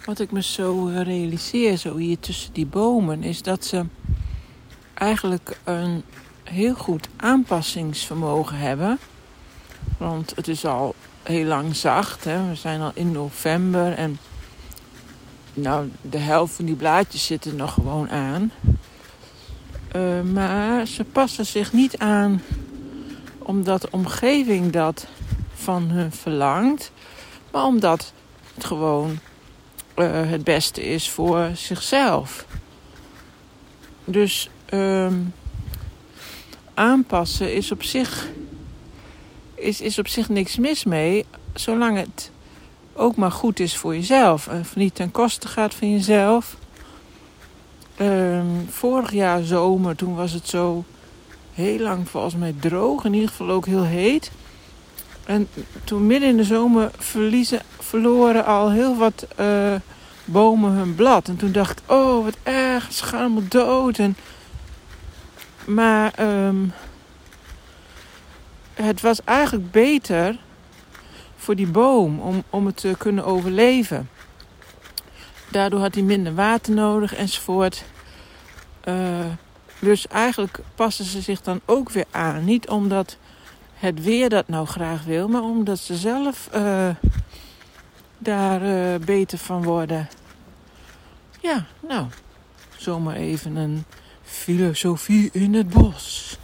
wat ik me zo realiseer, zo hier tussen die bomen, is dat ze eigenlijk een heel goed aanpassingsvermogen hebben. Want het is al heel lang zacht. Hè? We zijn al in november en de helft van die blaadjes zitten nog gewoon aan. Maar ze passen zich niet aan omdat de omgeving dat van hun verlangt. Maar omdat het gewoon het beste is voor zichzelf. Dus aanpassen is op zich niks mis mee. Zolang het ook maar goed is voor jezelf. En niet ten koste gaat van jezelf. Vorig jaar zomer, toen was het zo heel lang volgens mij droog. In ieder geval ook heel heet. En toen midden in de zomer verloren al heel wat bomen hun blad. En toen dacht ik, oh wat erg, ze gaan allemaal dood. Maar het was eigenlijk beter voor die boom om het te kunnen overleven. Daardoor had hij minder water nodig enzovoort. Dus eigenlijk passen ze zich dan ook weer aan. Niet omdat het weer dat nou graag wil, maar omdat ze zelf daar beter van worden. Ja, zomaar even een filosofie in het bos.